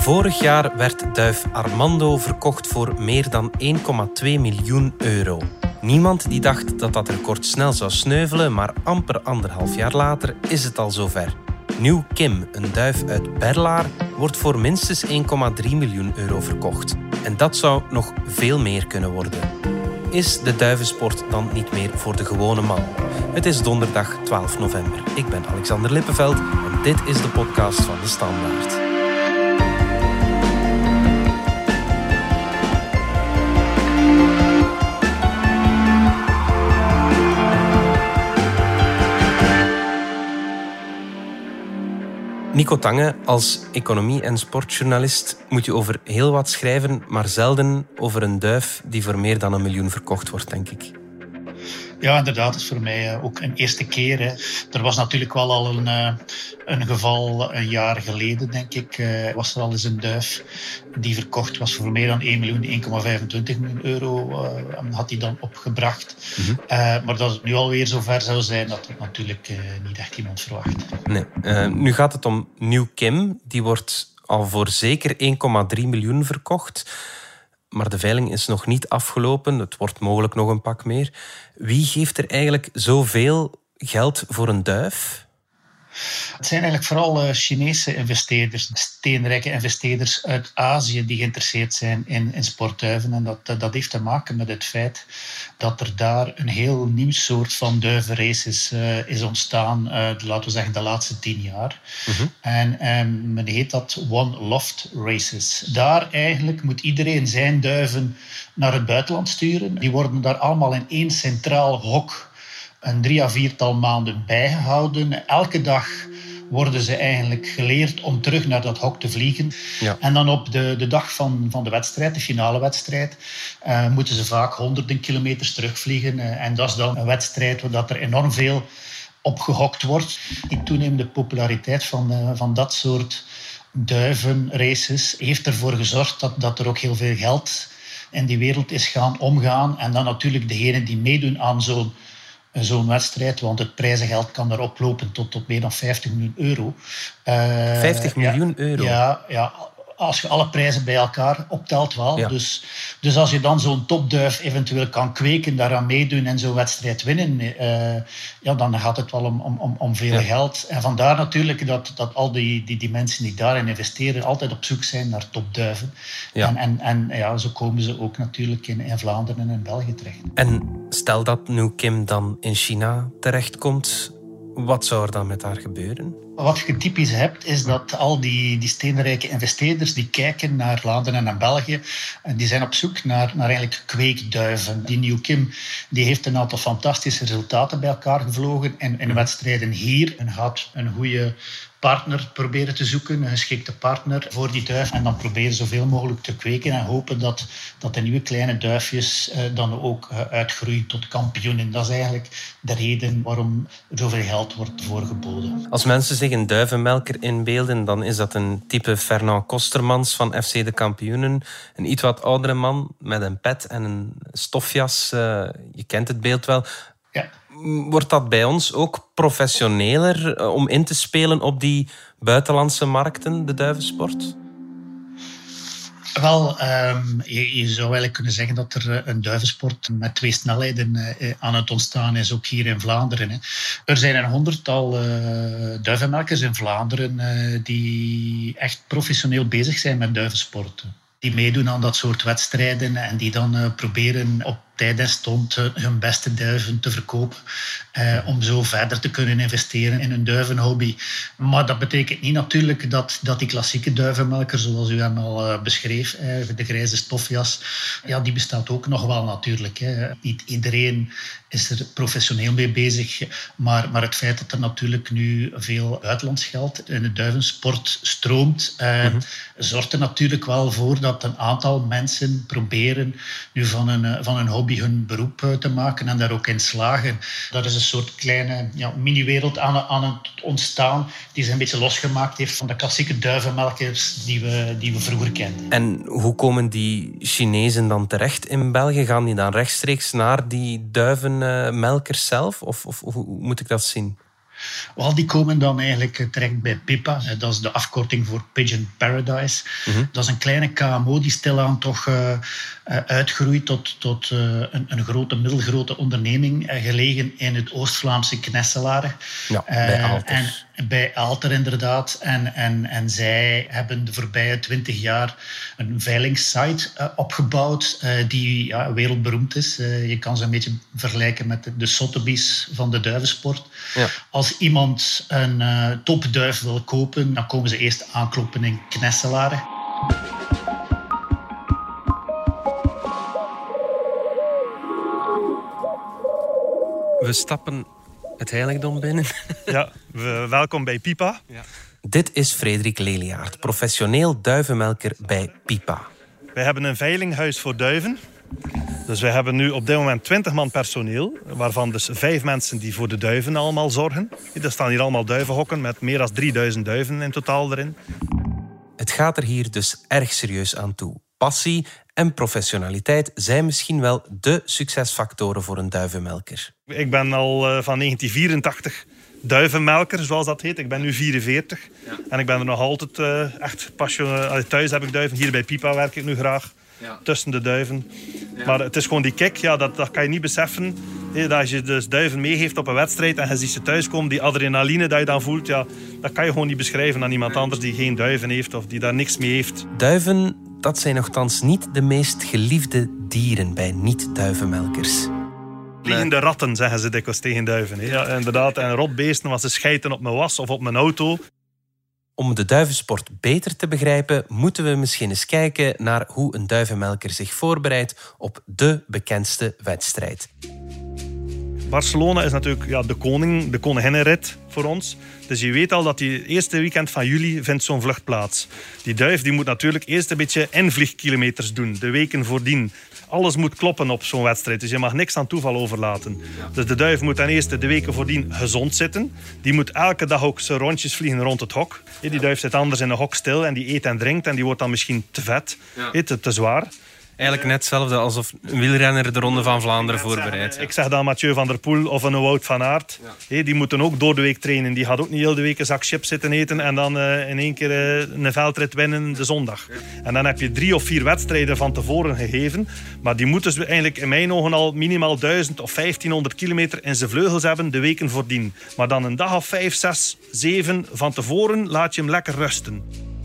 Vorig jaar werd duif Armando verkocht voor meer dan 1,2 miljoen euro. Niemand die dacht dat dat record snel zou sneuvelen, maar amper 1,5 jaar later is het al zover. Nieuw Kim, een duif uit Berlaar, wordt voor minstens 1,3 miljoen euro verkocht. En dat zou nog veel meer kunnen worden. Is de duivensport dan niet meer voor de gewone man? Het is donderdag 12 november. Ik ben Alexander Lippenveld en dit is de podcast van De Standaard. Nico Tange, als economie- en sportjournalist moet je over heel wat schrijven, maar zelden over een duif die voor meer dan 1 miljoen verkocht wordt, denk ik. Ja, inderdaad. Het is voor mij ook een eerste keer. Hè. Er was natuurlijk wel al een geval een jaar geleden, denk ik. Was er al eens een duif die verkocht was voor meer dan 1 miljoen, 1,25 miljoen euro. Had hij dan opgebracht. Mm-hmm. Maar dat het nu alweer zover zou zijn, dat had natuurlijk niet echt iemand verwacht. Nee. Nu gaat het om Nieuw Kim. Die wordt al voor zeker 1,3 miljoen verkocht. Maar de veiling is nog niet afgelopen. Het wordt mogelijk nog een pak meer. Wie geeft er eigenlijk zoveel geld voor een duif? Het zijn eigenlijk vooral Chinese investeerders, steenrijke investeerders uit Azië die geïnteresseerd zijn in sportduiven. En dat heeft te maken met het feit dat er daar een heel nieuw soort van duivenraces is ontstaan, laten we zeggen de laatste 10 jaar. Mm-hmm. En men heet dat One Loft Races. Daar eigenlijk moet iedereen zijn duiven naar het buitenland sturen. Die worden daar allemaal in één centraal hok een 3 à 4-tal maanden bijgehouden. Elke dag worden ze eigenlijk geleerd om terug naar dat hok te vliegen. Ja. En dan op de dag van de wedstrijd, de finale wedstrijd, moeten ze vaak honderden kilometers terugvliegen. En dat is dan een wedstrijd waar er enorm veel op gehokt wordt. Die toenemende populariteit van dat soort duivenraces heeft ervoor gezorgd dat er ook heel veel geld in die wereld is gaan omgaan. En dan natuurlijk degenen die meedoen aan zo'n wedstrijd, want het prijzengeld kan daar oplopen tot meer dan 50 miljoen euro. 50 miljoen euro? Ja, als je alle prijzen bij elkaar optelt wel. Ja. Dus als je dan zo'n topduif eventueel kan kweken, daaraan meedoen en zo'n wedstrijd winnen, dan gaat het wel om veel geld. En vandaar natuurlijk dat al die mensen die daarin investeren altijd op zoek zijn naar topduiven. Ja. En zo komen ze ook natuurlijk in Vlaanderen en in België terecht. En stel dat Nieuw Kim dan in China terechtkomt, wat zou er dan met haar gebeuren? Wat je typisch hebt, is dat al die steenrijke investeerders die kijken naar Vlaanderen en naar België, en die zijn op zoek naar eigenlijk kweekduiven. Die Nieuw Kim die heeft een aantal fantastische resultaten bij elkaar gevlogen in wedstrijden hier en gaat een goede partner proberen te zoeken, een geschikte partner voor die duif. En dan proberen zoveel mogelijk te kweken en hopen dat de nieuwe kleine duifjes dan ook uitgroeien tot kampioenen. Dat is eigenlijk de reden waarom er zoveel geld wordt voorgeboden. Als mensen zich een duivenmelker inbeelden, dan is dat een type Fernand Kostermans van FC De Kampioenen. Een iets wat oudere man met een pet en een stofjas. Je kent het beeld wel. Ja. Wordt dat bij ons ook professioneler om in te spelen op die buitenlandse markten, de duivensport? Wel, je zou eigenlijk kunnen zeggen dat er een duivensport met 2 snelheden aan het ontstaan is, ook hier in Vlaanderen. Hè. Er zijn een 100-tal duivenmelkers in Vlaanderen die echt professioneel bezig zijn met duivensporten. Die meedoen aan dat soort wedstrijden en die dan proberen op tijd en stond hun beste duiven te verkopen. Om zo verder te kunnen investeren in een duivenhobby. Maar dat betekent niet natuurlijk dat die klassieke duivenmelker, zoals u hem al beschreef, de grijze stofjas, die bestaat ook nog wel natuurlijk. Hè. Niet iedereen is er professioneel mee bezig. Maar het feit dat er natuurlijk nu veel buitenlands geld in de duivensport stroomt, zorgt er natuurlijk wel voor dat een aantal mensen proberen nu van een hobby hun beroep te maken en daar ook in slagen. Dat is een soort kleine mini-wereld aan het ontstaan die zich een beetje losgemaakt heeft van de klassieke duivenmelkers die we vroeger kenden. En hoe komen die Chinezen dan terecht in België? Gaan die dan rechtstreeks naar die duivenmelkers zelf? Of hoe moet ik dat zien? Wel, die komen dan eigenlijk terecht bij PIPA. Dat is de afkorting voor Pigeon Paradise. Dat is een kleine KMO die stilaan toch uitgroeit tot een grote, middelgrote onderneming, gelegen in het Oost-Vlaamse Knesselare. Ja, bij Aalter. Bij Aalter inderdaad. En zij hebben de voorbije 20 jaar een veilingssite opgebouwd die wereldberoemd is. Je kan ze een beetje vergelijken met de Sotheby's van de duivensport. Ja. Als iemand een topduif wil kopen, dan komen ze eerst aankloppen in Knesselare. We stappen het heiligdom binnen. Ja, welkom bij PIPA. Ja. Dit is Frederik Leliaert, professioneel duivenmelker bij PIPA. Wij hebben een veilinghuis voor duiven. Dus wij hebben nu op dit moment 20 man personeel, waarvan dus 5 mensen die voor de duiven allemaal zorgen. Er staan hier allemaal duivenhokken met meer dan 3000 duiven in totaal erin. Het gaat er hier dus erg serieus aan toe. Passie en professionaliteit zijn misschien wel de succesfactoren voor een duivenmelker. Ik ben al van 1984 duivenmelker, zoals dat heet. Ik ben nu 44 en ik ben er nog altijd echt passioneerd. Thuis heb ik duiven, hier bij PIPA werk ik nu graag. Ja. Tussen de duiven. Ja. Maar het is gewoon die kick, dat kan je niet beseffen. Dat je dus duiven meegeeft op een wedstrijd en je ziet ze thuiskomen, die adrenaline dat je dan voelt, dat kan je gewoon niet beschrijven aan iemand anders die geen duiven heeft of die daar niks mee heeft. Duiven, dat zijn nogthans niet de meest geliefde dieren bij niet-duivenmelkers. Vliegende ratten, zeggen ze dikwijls tegen duiven. Ja, inderdaad. En rotbeesten, want ze schijten op mijn was of op mijn auto. Om de duivensport beter te begrijpen, moeten we misschien eens kijken naar hoe een duivenmelker zich voorbereidt op de bekendste wedstrijd. Barcelona is natuurlijk de koninginnenrit voor ons. Dus je weet al dat die eerste weekend van juli vindt zo'n vlucht plaats. Die duif die moet natuurlijk eerst een beetje invliegkilometers doen, de weken voordien. Alles moet kloppen op zo'n wedstrijd, dus je mag niks aan toeval overlaten. Ja. Dus de duif moet ten eerste de weken voordien gezond zitten. Die moet elke dag ook zijn rondjes vliegen rond het hok. Die duif zit anders in een hok stil en die eet en drinkt en die wordt dan misschien te vet, te zwaar. Eigenlijk net hetzelfde alsof een wielrenner de Ronde van Vlaanderen voorbereidt. Ik zeg dan Mathieu van der Poel of een Wout van Aert. Ja. Die moeten ook door de week trainen. Die gaat ook niet heel de week een zak chips zitten eten en dan in één keer een veldrit winnen de zondag. Ja. En dan heb je 3 of 4 wedstrijden van tevoren gegeven. Maar die moeten dus eigenlijk in mijn ogen al minimaal 1000 of 1500 kilometer in zijn vleugels hebben de weken voordien. Maar dan een dag of 5, 6, 7 van tevoren laat je hem lekker rusten.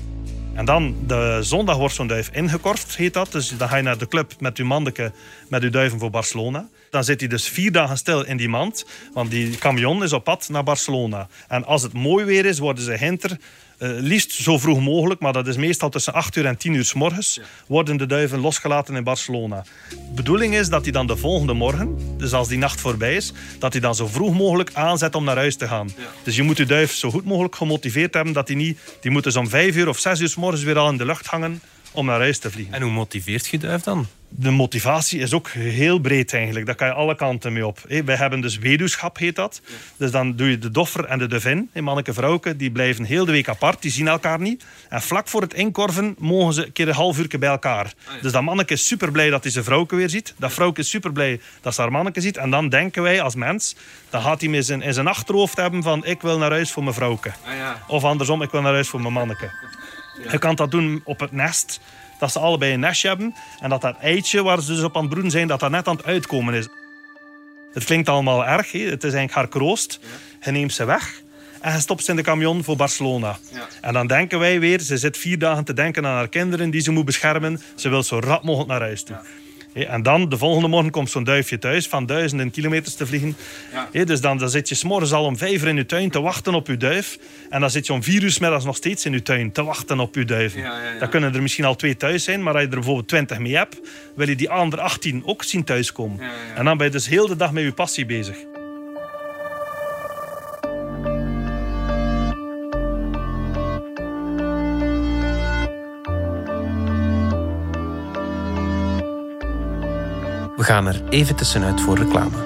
En dan de zondag wordt zo'n duif ingekorfd, heet dat. Dus dan ga je naar de club met je mandeke, met je duiven voor Barcelona. Dan zit hij dus 4 dagen stil in die mand, want die camion is op pad naar Barcelona. En als het mooi weer is, worden ze hinter, liefst zo vroeg mogelijk, maar dat is meestal tussen 8 uur en 10 uur 's morgens, worden de duiven losgelaten in Barcelona. De bedoeling is dat hij dan de volgende morgen, dus als die nacht voorbij is, dat hij dan zo vroeg mogelijk aanzet om naar huis te gaan. Ja. Dus je moet je duif zo goed mogelijk gemotiveerd hebben dat hij niet, die moet dus om 5 uur of 6 uur 's morgens weer al in de lucht hangen om naar huis te vliegen. En hoe motiveert je duif dan? De motivatie is ook heel breed eigenlijk. Daar kan je alle kanten mee op. Wij hebben dus weduwschap, heet dat. Dus dan doe je de doffer en de duvin. Manneke, vrouwke, die blijven heel de week apart. Die zien elkaar niet. En vlak voor het inkorven mogen ze een keer een half uur bij elkaar. Dus dat manneke is super blij dat hij zijn vrouwke weer ziet. Dat vrouwke is super blij dat ze haar manneke ziet. En dan denken wij als mens, dan gaat hij in zijn achterhoofd hebben van ik wil naar huis voor mijn vrouwke. Of andersom, ik wil naar huis voor mijn manneke. Je kan dat doen op het nest. Dat ze allebei een nestje hebben. En dat eitje waar ze dus op aan het broeden zijn, dat net aan het uitkomen is. Het klinkt allemaal erg. He. Het is eigenlijk haar kroost. Je neemt ze weg en je stopt ze in de camion voor Barcelona. Ja. En dan denken wij weer, ze zit 4 dagen te denken aan haar kinderen die ze moet beschermen. Ze wil zo rap mogelijk naar huis toe. Ja. En dan, de volgende morgen, komt zo'n duifje thuis van 1000 kilometers te vliegen. Ja. Dus dan zit je 's morgens al om 5 uur in je tuin te wachten op je duif. En dan zit je om 4 uur 's middags nog steeds in je tuin te wachten op je duiven. Dan kunnen er misschien al 2 thuis zijn, maar als je er bijvoorbeeld 20 mee hebt, wil je die andere 18 ook zien thuiskomen. En dan ben je dus heel de dag met je passie bezig. We gaan er even tussenuit voor reclame.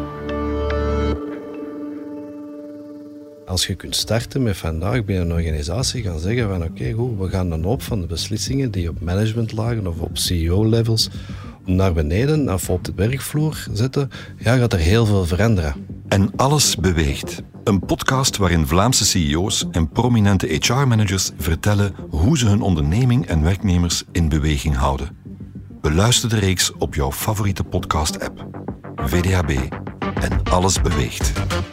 Als je kunt starten met vandaag bij een organisatie gaan zeggen van oké, goed, we gaan dan op van de beslissingen die op managementlagen of op CEO-levels naar beneden of op de werkvloer zetten, gaat er heel veel veranderen. En alles beweegt. Een podcast waarin Vlaamse CEO's en prominente HR-managers vertellen hoe ze hun onderneming en werknemers in beweging houden. Beluister de reeks op jouw favoriete podcast-app. VDHB en alles beweegt.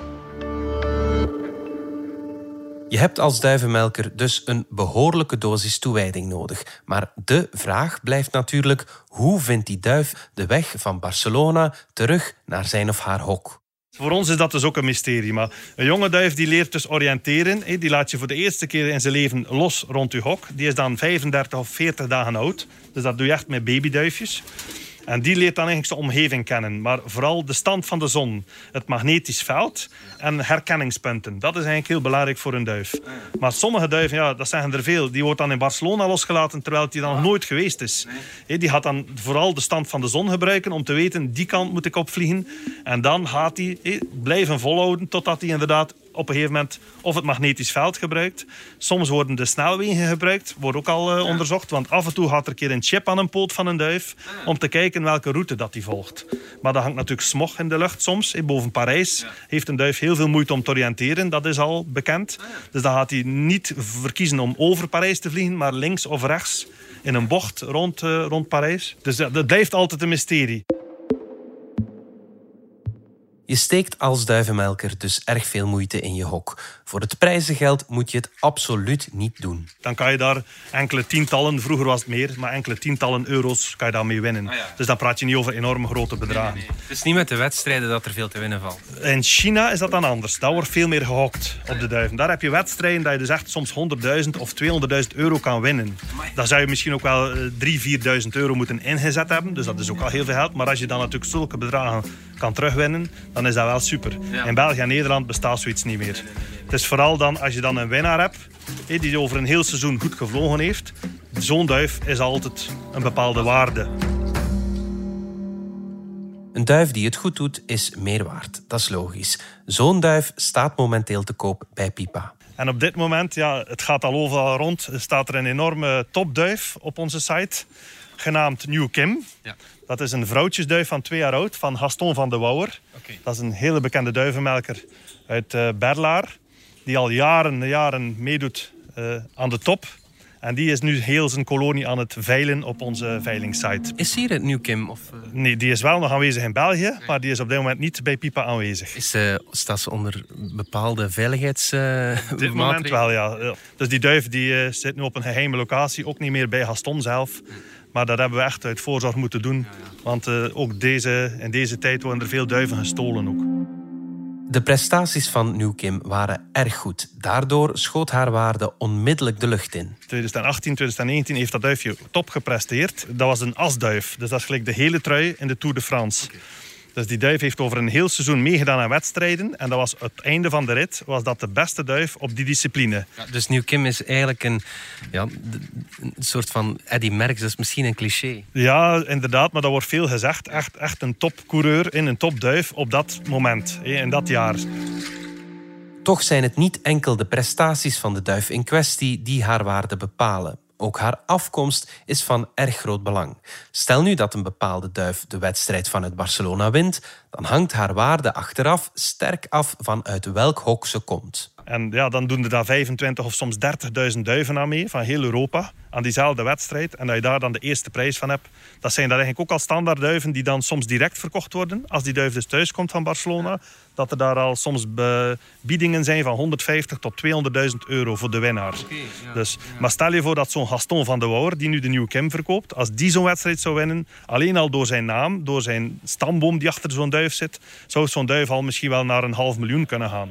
Je hebt als duivenmelker dus een behoorlijke dosis toewijding nodig. Maar de vraag blijft natuurlijk, hoe vindt die duif de weg van Barcelona terug naar zijn of haar hok? Voor ons is dat dus ook een mysterie. Maar een jonge duif die leert dus oriënteren. Die laat je voor de eerste keer in zijn leven los rond je hok. Die is dan 35 of 40 dagen oud. Dus dat doe je echt met babyduifjes. En die leert dan eigenlijk zijn omgeving kennen. Maar vooral de stand van de zon, het magnetisch veld en herkenningspunten. Dat is eigenlijk heel belangrijk voor een duif. Maar sommige duiven, ja, dat zeggen er veel, die wordt dan in Barcelona losgelaten terwijl die dan nog nooit geweest is. Die gaat dan vooral de stand van de zon gebruiken om te weten, die kant moet ik opvliegen. En dan gaat hij blijven volhouden totdat hij inderdaad op een gegeven moment of het magnetisch veld gebruikt. Soms worden de snelwegen gebruikt, wordt ook al onderzocht. Want af en toe gaat er een keer een chip aan een poot van een duif om te kijken welke route dat hij volgt. Maar dan hangt natuurlijk smog in de lucht soms. Boven Parijs heeft een duif heel veel moeite om te oriënteren. Dat is al bekend. Dus dan gaat hij niet verkiezen om over Parijs te vliegen, maar links of rechts in een bocht rond Parijs. Dus dat blijft altijd een mysterie. Je steekt als duivenmelker dus erg veel moeite in je hok. Voor het prijzengeld moet je het absoluut niet doen. Dan kan je daar enkele tientallen, vroeger was het meer, maar enkele tientallen euro's kan je daarmee winnen. Dus dan praat je niet over enorme grote bedragen. Nee. Het is niet met de wedstrijden dat er veel te winnen valt. In China is dat dan anders. Daar wordt veel meer gehokt op de duiven. Daar heb je wedstrijden dat je dus echt soms 100.000 of 200.000 euro kan winnen. Dan zou je misschien ook wel 3.000, 4.000 euro moeten ingezet hebben. Dus dat is ook al heel veel geld. Maar als je dan natuurlijk zulke bedragen kan terugwinnen, dan is dat wel super. Ja. In België en Nederland bestaat zoiets niet meer. Het is vooral dan als je dan een winnaar hebt die over een heel seizoen goed gevlogen heeft. Zo'n duif is altijd een bepaalde waarde. Een duif die het goed doet is meer waard. Dat is logisch. Zo'n duif staat momenteel te koop bij Pipa. En op dit moment, ja, het gaat al overal rond, staat er een enorme topduif op onze site, genaamd New Kim. Ja. Dat is een vrouwtjesduif van 2 jaar oud, van Gaston van de Wouwer. Okay. Dat is een hele bekende duivenmelker uit Berlaar, die al jaren meedoet aan de top. En die is nu heel zijn kolonie aan het veilen op onze veilingssite. Is hier het New Kim? Of? Nee, die is wel nog aanwezig in België, maar die is op dit moment niet bij Pipa aanwezig. Staat ze onder bepaalde veiligheids? Op dit moment wel, ja. Dus die duif die zit nu op een geheime locatie, ook niet meer bij Gaston zelf. Maar dat hebben we echt uit voorzorg moeten doen. Want ook in deze tijd worden er veel duiven gestolen ook. De prestaties van New Kim waren erg goed. Daardoor schoot haar waarde onmiddellijk de lucht in. 2018, 2019 heeft dat duifje top gepresteerd. Dat was een asduif. Dus dat is gelijk de hele trui in de Tour de France. Okay. Dus die duif heeft over een heel seizoen meegedaan aan wedstrijden. En dat was het einde van de rit, was dat de beste duif op die discipline. Ja, dus New Kim is eigenlijk een soort van Eddy Merckx, dat is misschien een cliché. Ja, inderdaad, maar dat wordt veel gezegd. Echt een topcoureur in een topduif op dat moment, in dat jaar. Toch zijn het niet enkel de prestaties van de duif in kwestie die haar waarde bepalen. Ook haar afkomst is van erg groot belang. Stel nu dat een bepaalde duif de wedstrijd vanuit Barcelona wint, dan hangt haar waarde achteraf sterk af van uit welk hok ze komt. En ja, dan doen er daar 25 of soms 30.000 duiven aan mee, van heel Europa, aan diezelfde wedstrijd. En dat je daar dan de eerste prijs van hebt. Dat zijn daar eigenlijk ook al standaard duiven die dan soms direct verkocht worden. Als die duif dus thuis komt van Barcelona, dat er daar al soms biedingen zijn van 150 tot 200.000 euro voor de winnaar. Okay, ja. Dus, maar stel je voor dat zo'n Gaston van de Wouwer, die nu de New Kim verkoopt, als die zo'n wedstrijd zou winnen, alleen al door zijn naam, door zijn stamboom die achter zo'n duif zit, zou zo'n duif al misschien wel naar 500.000 kunnen gaan.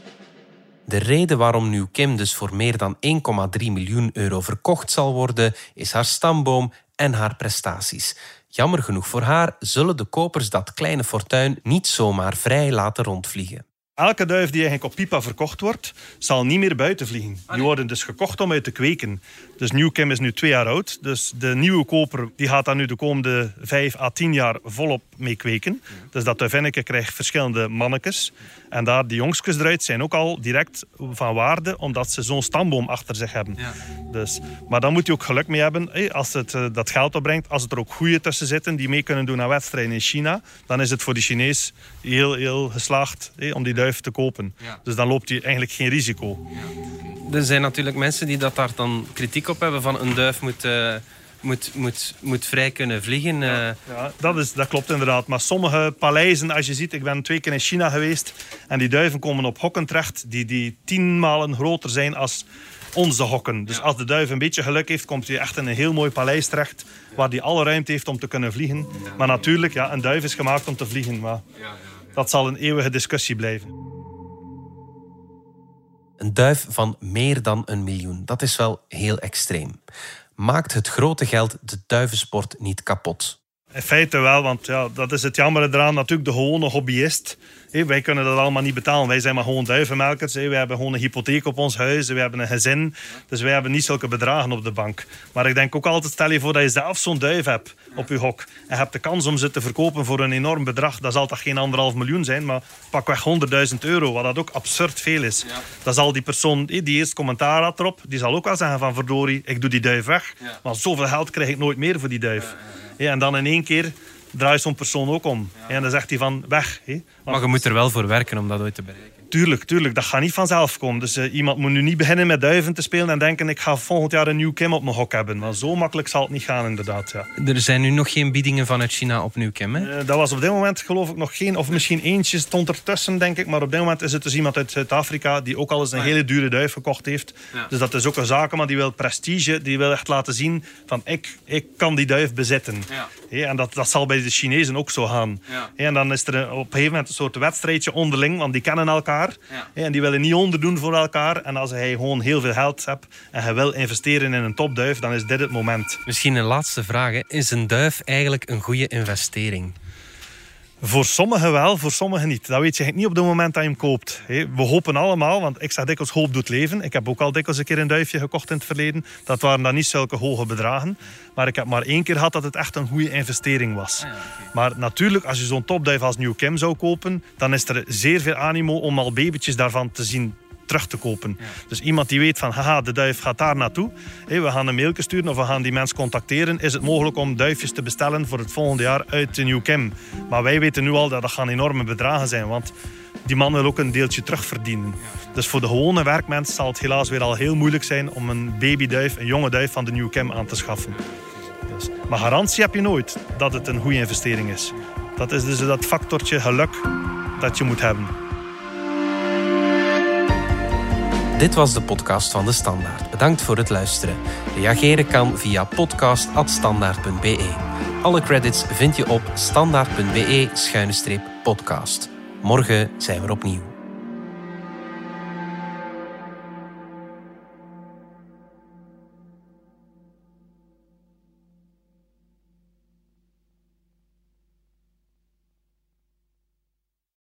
De reden waarom New Kim dus voor meer dan 1,3 miljoen euro verkocht zal worden, is haar stamboom en haar prestaties. Jammer genoeg voor haar zullen de kopers dat kleine fortuin niet zomaar vrij laten rondvliegen. Elke duif die eigenlijk op Pipa verkocht wordt, zal niet meer buiten vliegen. Die worden dus gekocht om uit te kweken. Dus New Kim is nu 2 jaar oud. Dus de nieuwe koper die gaat daar nu de komende 5 à 10 jaar volop mee kweken. Dus dat duivinneke krijgt verschillende mannetjes. En daar, die jongskes eruit zijn ook al direct van waarde, omdat ze zo'n stamboom achter zich hebben. Ja. Dus, maar dan moet je ook geluk mee hebben, als het dat geld opbrengt. Als er ook goeie tussen zitten die mee kunnen doen aan wedstrijden in China, dan is het voor die Chinees heel, heel geslaagd om die duif te kopen. Ja. Dus dan loopt hij eigenlijk geen risico. Ja. Er zijn natuurlijk mensen die daar dan kritiek op hebben van een duif moet vrij kunnen vliegen. Ja, dat klopt inderdaad. Maar sommige paleizen, als je ziet, ik ben 2 keer in China geweest en die duiven komen op hokken terecht die 10 malen groter zijn als onze hokken. Dus als de duif een beetje geluk heeft, komt hij echt in een heel mooi paleis terecht waar hij alle ruimte heeft om te kunnen vliegen. Maar natuurlijk, een duif is gemaakt om te vliegen. Maar dat zal een eeuwige discussie blijven. Een duif van meer dan 1 miljoen, dat is wel heel extreem. Maakt het grote geld de duivensport niet kapot? In feite wel, want dat is het jammer eraan. Natuurlijk de gewone hobbyist. Wij kunnen dat allemaal niet betalen. Wij zijn maar gewoon duivenmelkers. Wij hebben gewoon een hypotheek op ons huis. We hebben een gezin. Dus wij hebben niet zulke bedragen op de bank. Maar ik denk ook altijd, stel je voor dat je zelf zo'n duif hebt op je hok. En je hebt de kans om ze te verkopen voor een enorm bedrag. Dat zal toch geen 1,5 miljoen zijn, maar pakweg €100.000. Wat dat ook absurd veel is. Ja. Dan zal die persoon die eerst commentaar had erop, die zal ook wel zeggen van verdorie, ik doe die duif weg. Ja. Maar zoveel geld krijg ik nooit meer voor die duif. Ja, en dan in één keer draait zo'n persoon ook om. Ja. En dan zegt hij van weg. Maar je moet er wel voor werken om dat ooit te bereiken. Tuurlijk. Dat gaat niet vanzelf komen. Dus iemand moet nu niet beginnen met duiven te spelen en denken ik ga volgend jaar een nieuw Kim op mijn hok hebben. Maar zo makkelijk zal het niet gaan inderdaad. Ja. Er zijn nu nog geen biedingen vanuit China op nieuw Kim, hè? Dat was op dit moment geloof ik nog geen, of misschien eentje stond ertussen denk ik. Maar op dit moment is het dus iemand uit Zuid-Afrika die ook al eens een hele dure duif gekocht heeft. Ja. Dus dat is ook een zakenman die wil prestige, die wil echt laten zien van ik kan die duif bezitten. Ja. En dat zal bij de Chinezen ook zo gaan. Ja. En dan is er op een gegeven moment een soort wedstrijdje onderling, want die kennen elkaar. Ja. En die willen niet onderdoen voor elkaar. En als hij gewoon heel veel geld hebt en hij wil investeren in een topduif, dan is dit het moment. Misschien een laatste vraag. Hè. Is een duif eigenlijk een goede investering? Voor sommigen wel, voor sommigen niet. Dat weet je niet op het moment dat je hem koopt. We hopen allemaal, want ik zeg dikwijls hoop doet leven. Ik heb ook al dikwijls een keer een duifje gekocht in het verleden. Dat waren dan niet zulke hoge bedragen. Maar ik heb maar 1 keer gehad dat het echt een goede investering was. Maar natuurlijk, als je zo'n topduif als New Kim zou kopen, dan is er zeer veel animo om al babytjes daarvan te zien terug te kopen. Ja. Dus iemand die weet van, haha, de duif gaat daar naartoe. We gaan een mailje sturen of we gaan die mens contacteren. Is het mogelijk om duifjes te bestellen voor het volgende jaar uit de New Kim? Maar wij weten nu al dat dat gaan enorme bedragen zijn, want die man wil ook een deeltje terugverdienen. Ja. Dus voor de gewone werkmens zal het helaas weer al heel moeilijk zijn om een babyduif, een jonge duif van de New Kim aan te schaffen. Dus, maar garantie heb je nooit dat het een goede investering is. Dat is dus dat factortje geluk dat je moet hebben. Dit was de podcast van De Standaard. Bedankt voor het luisteren. Reageren kan via podcast@standaard.be. Alle credits vind je op standaard.be/podcast. Morgen zijn we opnieuw.